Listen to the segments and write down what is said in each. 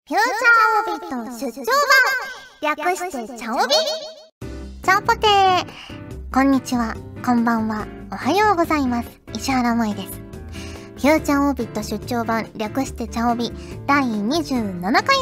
フューチャーオビット出張版略してチャオビ。チャオポテー、こんにちは、こんばんは、おはようございます。石原舞です。フューチャーオビット出張版略してチャオビ第27回です。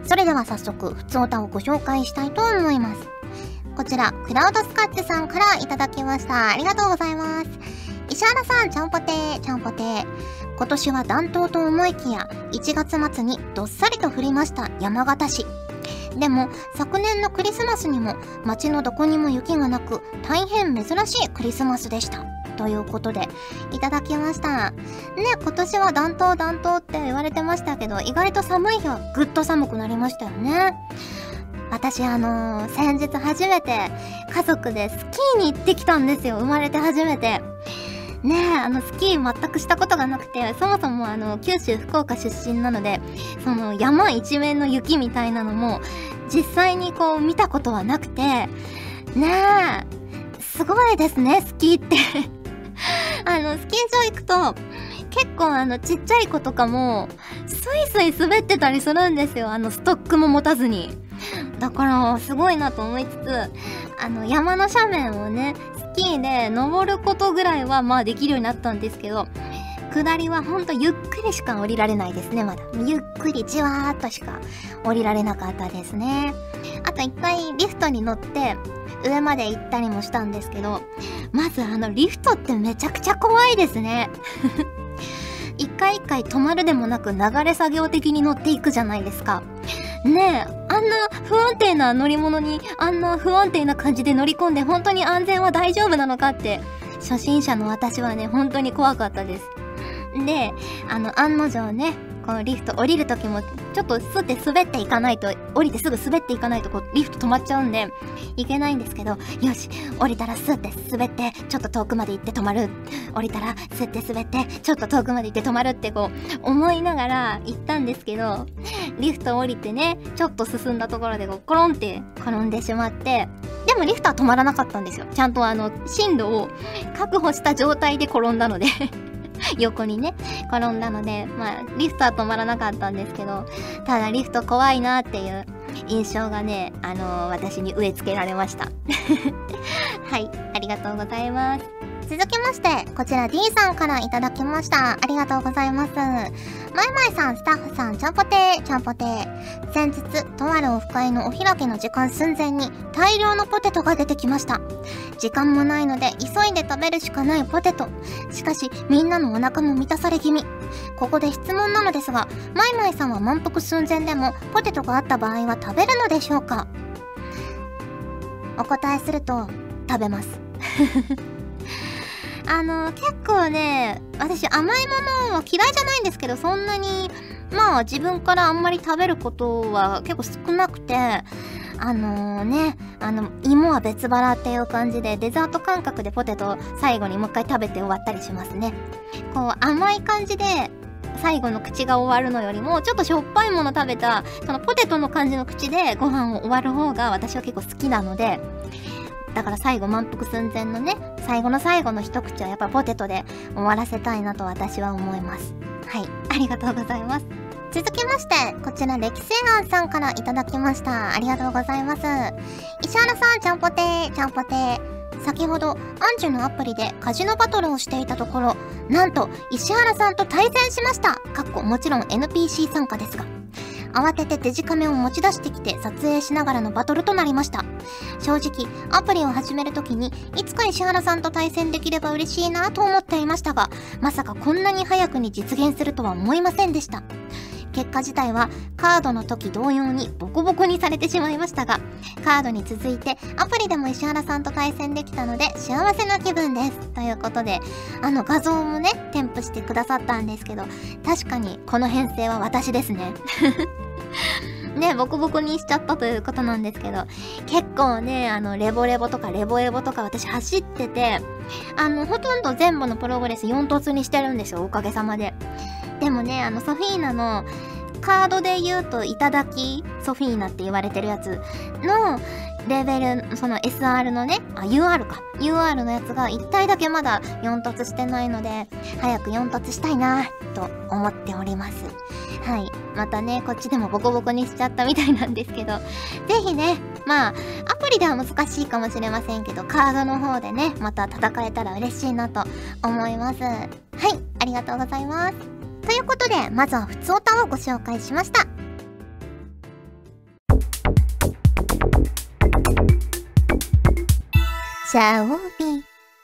それでは早速ふつおたをご紹介したいと思います。こちらクラウドスカッチさんからいただきました。ありがとうございます。石原さん、チャオポテー、チャオポテー。今年は暖冬と思いきや1月末にどっさりと降りました山形市。でも昨年のクリスマスにも街のどこにも雪がなく大変珍しいクリスマスでしたということでいただきましたね。今年は暖冬って言われてましたけど、意外と寒い日はぐっと寒くなりましたよね。私先日初めて家族でスキーに行ってきたんですよ。生まれて初めてねえ、スキー全くしたことがなくて、そもそも九州福岡出身なので、その山一面の雪みたいなのも実際にこう見たことはなくて、ねえ、すごいですね、スキーってスキー場行くと結構ちっちゃい子とかもスイスイ滑ってたりするんですよ。ストックも持たずに。だからすごいなと思いつつ、山の斜面をねスキーで登ることぐらいはまあできるようになったんですけど、下りはほんとゆっくりしか降りられないですね。まだゆっくりじわーっとしか降りられなかったですね。あと一回リフトに乗って上まで行ったりもしたんですけど、まずリフトってめちゃくちゃ怖いですね一回一回止まるでもなく流れ作業的に乗っていくじゃないですか。ねえ、あんな不安定な乗り物にあんな不安定な感じで乗り込んで本当に安全は大丈夫なのかって初心者の私はね本当に怖かったです。で案の定ね、このリフト降りる時もちょっとスって滑っていかないと、降りてすぐ滑っていかないとこうリフト止まっちゃうんでいけないんですけど、よし降りたらスって滑ってちょっと遠くまで行って止まる、降りたらスって滑ってちょっと遠くまで行って止まるってこう思いながら行ったんですけど、リフト降りてねちょっと進んだところでこうコロンって転んでしまって、でもリフトは止まらなかったんですよ。ちゃんと進路を確保した状態で転んだので横にね転んだので、まあリフトは止まらなかったんですけど、ただリフト怖いなっていう印象がね私に植え付けられましたはい、ありがとうございます。続きましてこちら D さんからいただきました。ありがとうございます。まいまいさん、スタッフさん、ちゃんぽてー、ちゃんぽてー。先日とあるオフ会のお開きの時間寸前に大量のポテトが出てきました。時間もないので急いで食べるしかないポテト。しかしみんなのお腹も満たされ気味。ここで質問なのですが、まいまいさんは満腹寸前でもポテトがあった場合は食べるのでしょうか？お答えすると食べます結構ね、私甘いものは嫌いじゃないんですけど、そんなにまあ自分からあんまり食べることは結構少なくて、芋は別腹っていう感じでデザート感覚でポテト最後にもう一回食べて終わったりしますね。こう甘い感じで最後の口が終わるのよりもちょっとしょっぱいもの食べたそのポテトの感じの口でご飯を終わる方が私は結構好きなので、だから最後満腹寸前のね最後の最後の一口はやっぱポテトで終わらせたいなと私は思います。はい、ありがとうございます。続きましてこちら歴世庵さんからいただきました。ありがとうございます。石原さん、ちゃんぽてー、ちゃんぽてー。先ほどアンジュのアプリでカジノバトルをしていたところ、なんと石原さんと対戦しました。もちろん NPC 参加ですが、慌ててデジカメを持ち出してきて撮影しながらのバトルとなりました。正直アプリを始めるときにいつか石原さんと対戦できれば嬉しいなと思っていましたが、まさかこんなに早くに実現するとは思いませんでした。結果自体はカードの時同様にボコボコにされてしまいましたが、カードに続いてアプリでも石原さんと対戦できたので幸せな気分です。ということで画像もね添付してくださったんですけど、確かにこの編成は私ですねね、ボコボコにしちゃったということなんですけど、結構ねレボレボとかレボエボとか私走っててほとんど全部のプログレス4突にしてるんですよ、おかげさまで。でもねソフィーナのカードで言うといただきソフィーナって言われてるやつのレベル、その SR のね、UR か。UR のやつが1体だけまだ4突してないので、早く4突したいなと思っております。はい。またね、こっちでもボコボコにしちゃったみたいなんですけど、ぜひね、まあ、アプリでは難しいかもしれませんけど、カードの方でね、また戦えたら嬉しいなと思います。はい。ありがとうございます。ということで、まずはふつおたをご紹介しました。シャオビ。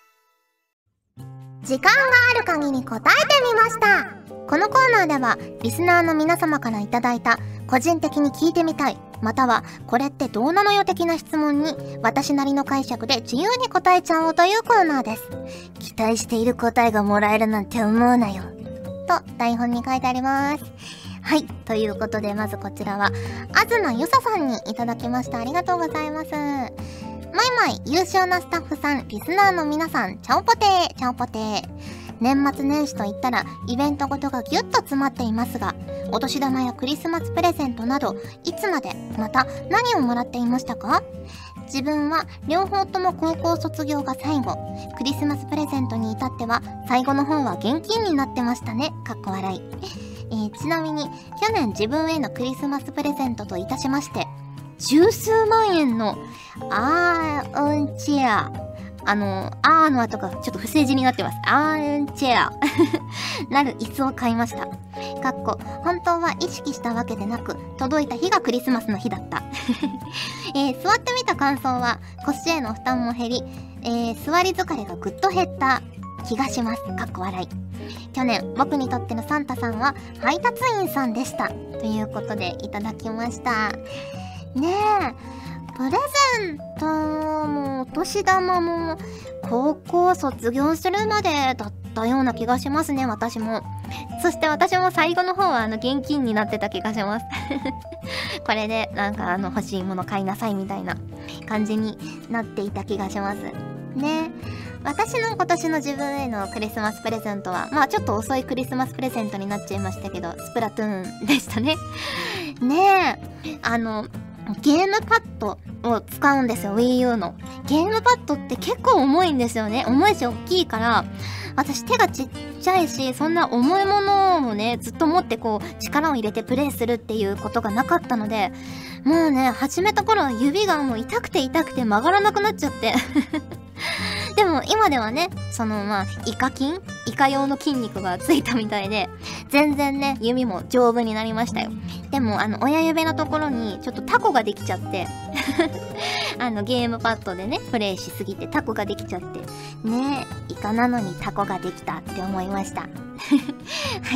時間がある限り答えてみました。このコーナーではリスナーの皆様からいただいた個人的に聞いてみたい、またはこれってどうなのよ的な質問に私なりの解釈で自由に答えちゃおうというコーナーです。期待している答えがもらえるなんて思うなよと台本に書いてあります。はい、ということでまずこちらは東ゆささんにいただきました。ありがとうございます。マイマイ、優秀なスタッフさん、リスナーの皆さん、チャオポテー、チャオポテー。年末年始といったらイベントごとがギュッと詰まっていますが、お年玉やクリスマスプレゼントなどいつまで、また何をもらっていましたか？自分は両方とも高校卒業が最後。クリスマスプレゼントに至っては最後の方は現金になってましたね。かっこ笑い。ちなみに去年自分へのクリスマスプレゼントといたしまして、十数万円のアーンチェア。の後がちょっと不正字になってます。アーンチェア。なる椅子を買いました。かっこ、本当は意識したわけでなく、届いた日がクリスマスの日だった。座ってみた感想は、腰への負担も減り、座り疲れがぐっと減った気がします。かっこ笑い。去年、僕にとってのサンタさんは配達員さんでした。ということで、いただきました。ねえ。プレゼントもお年玉も高校卒業するまでだったような気がしますね、私も。そして私も最後の方は現金になってた気がします。これでなんか欲しいもの買いなさいみたいな感じになっていた気がします。ね。私の今年の自分へのクリスマスプレゼントは、まあちょっと遅いクリスマスプレゼントになっちゃいましたけど、スプラトゥーンでしたね。ねえ。ゲームパッドを使うんですよ、Wii U の。ゲームパッドって結構重いんですよね。重いし大きいから、私手がちっちゃいし、そんな重いものをね、ずっと持ってこう、力を入れてプレイするっていうことがなかったので、もうね、始めた頃は指がもう痛くて曲がらなくなっちゃって。でも今ではね、イカ用の筋肉がついたみたいで、全然ね、指も丈夫になりましたよ。でも親指のところにちょっとタコができちゃって、ゲームパッドでね、プレイしすぎてタコができちゃって、ねえ、イカなのにタコができたって思いました。はい、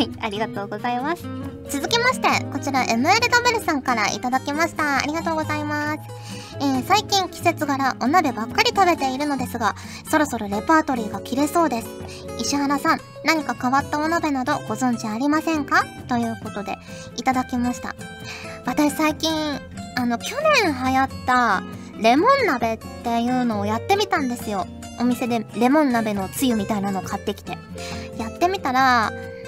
ありがとうございます。続きまして、こちら MLW さんからいただきました。ありがとうございます。最近季節柄お鍋ばっかり食べているのですが、そろそろレパートリーが切れそうです。石原さん、何か変わったお鍋などご存知ありませんか？ということでいただきました。私最近去年流行ったレモン鍋っていうのをやってみたんですよ。お店でレモン鍋のつゆみたいなのを買ってきてやってみたら、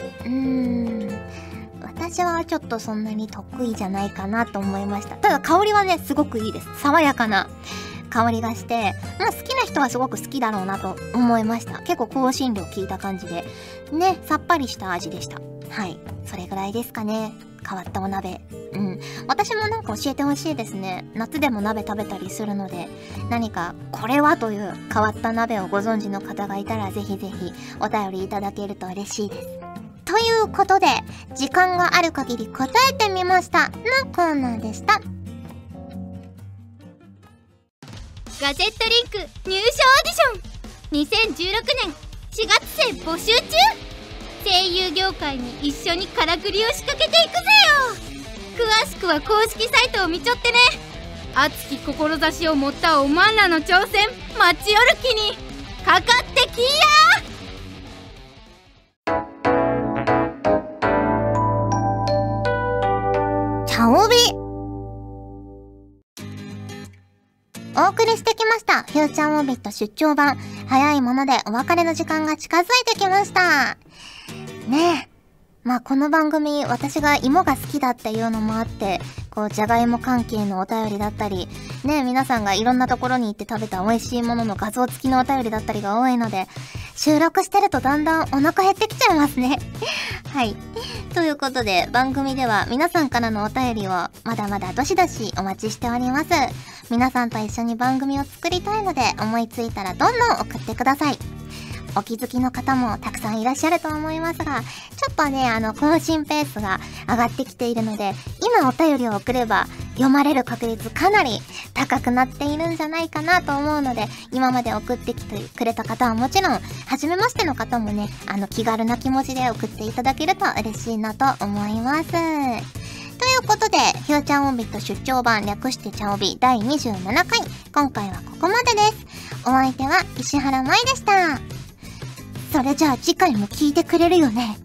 私はちょっとそんなに得意じゃないかなと思いました。ただ香りはね、すごくいいです。爽やかな香りがして、まあ好きな人はすごく好きだろうなと思いました。結構香辛料効いた感じで、ね、さっぱりした味でした。はい。それぐらいですかね。変わったお鍋。私もなんか教えてほしいですね。夏でも鍋食べたりするので、何かこれはという変わった鍋をご存知の方がいたらぜひぜひお便りいただけると嬉しいです。ということで、時間がある限り答えてみましたのコーナーでした。 ガジェットリンク入賞オーディション2016年4月生募集中。声優業界に一緒にからくりを仕掛けていくぜよ。詳しくは公式サイトを見ちょってね。熱き志を持ったおまんらの挑戦待ちよる気にかかってきや。 チャオビお送りしてきましたフューチャーオービット出張版。早いものでお別れの時間が近づいてきましたね。えまあこの番組、私が芋が好きだっていうのもあって、 こうじゃがいも関係のお便りだったりね、皆さんがいろんなところに行って食べた美味しいものの画像付きのお便りだったりが多いので、収録してるとだんだんお腹減ってきちゃいますねはい、ということで番組では皆さんからのお便りをまだまだどしどしお待ちしております。皆さんと一緒に番組を作りたいので、思いついたらどんどん送ってください。お気づきの方もたくさんいらっしゃると思いますが、ちょっとね更新ペースが上がってきているので、今お便りを送れば読まれる確率かなり高くなっているんじゃないかなと思うので、今まで送ってきてくれた方はもちろん、初めましての方もね気軽な気持ちで送っていただけると嬉しいなと思います。ということで、フューチャーオンビット出張版略してチャオビ第27回、今回はここまでです。お相手は石原舞でした。それじゃあ次回も聞いてくれるよね。よね。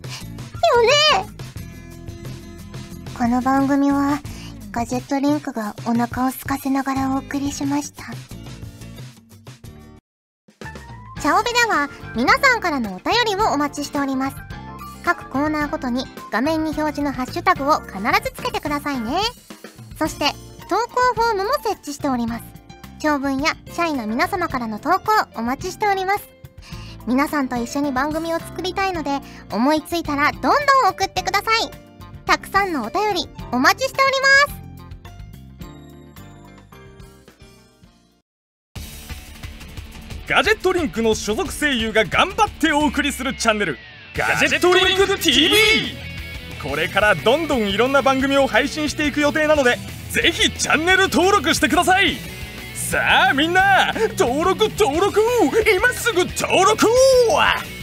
この番組はガジェットリンクがお腹を空かせながらお送りしました。チャオビでは皆さんからのお便りをお待ちしております。各コーナーごとに画面に表示のハッシュタグを必ずつけてくださいね。そして投稿フォームも設置しております。長文や社員の皆様からの投稿お待ちしております。皆さんと一緒に番組を作りたいので、思いついたらどんどん送ってください。たくさんのお便りお待ちしております。ガジェットリンクの所属声優が頑張ってお送りするチャンネル、ガジェットリンク TV。 これからどんどんいろんな番組を配信していく予定なので、ぜひチャンネル登録してください。さあみんな、登録今すぐ登録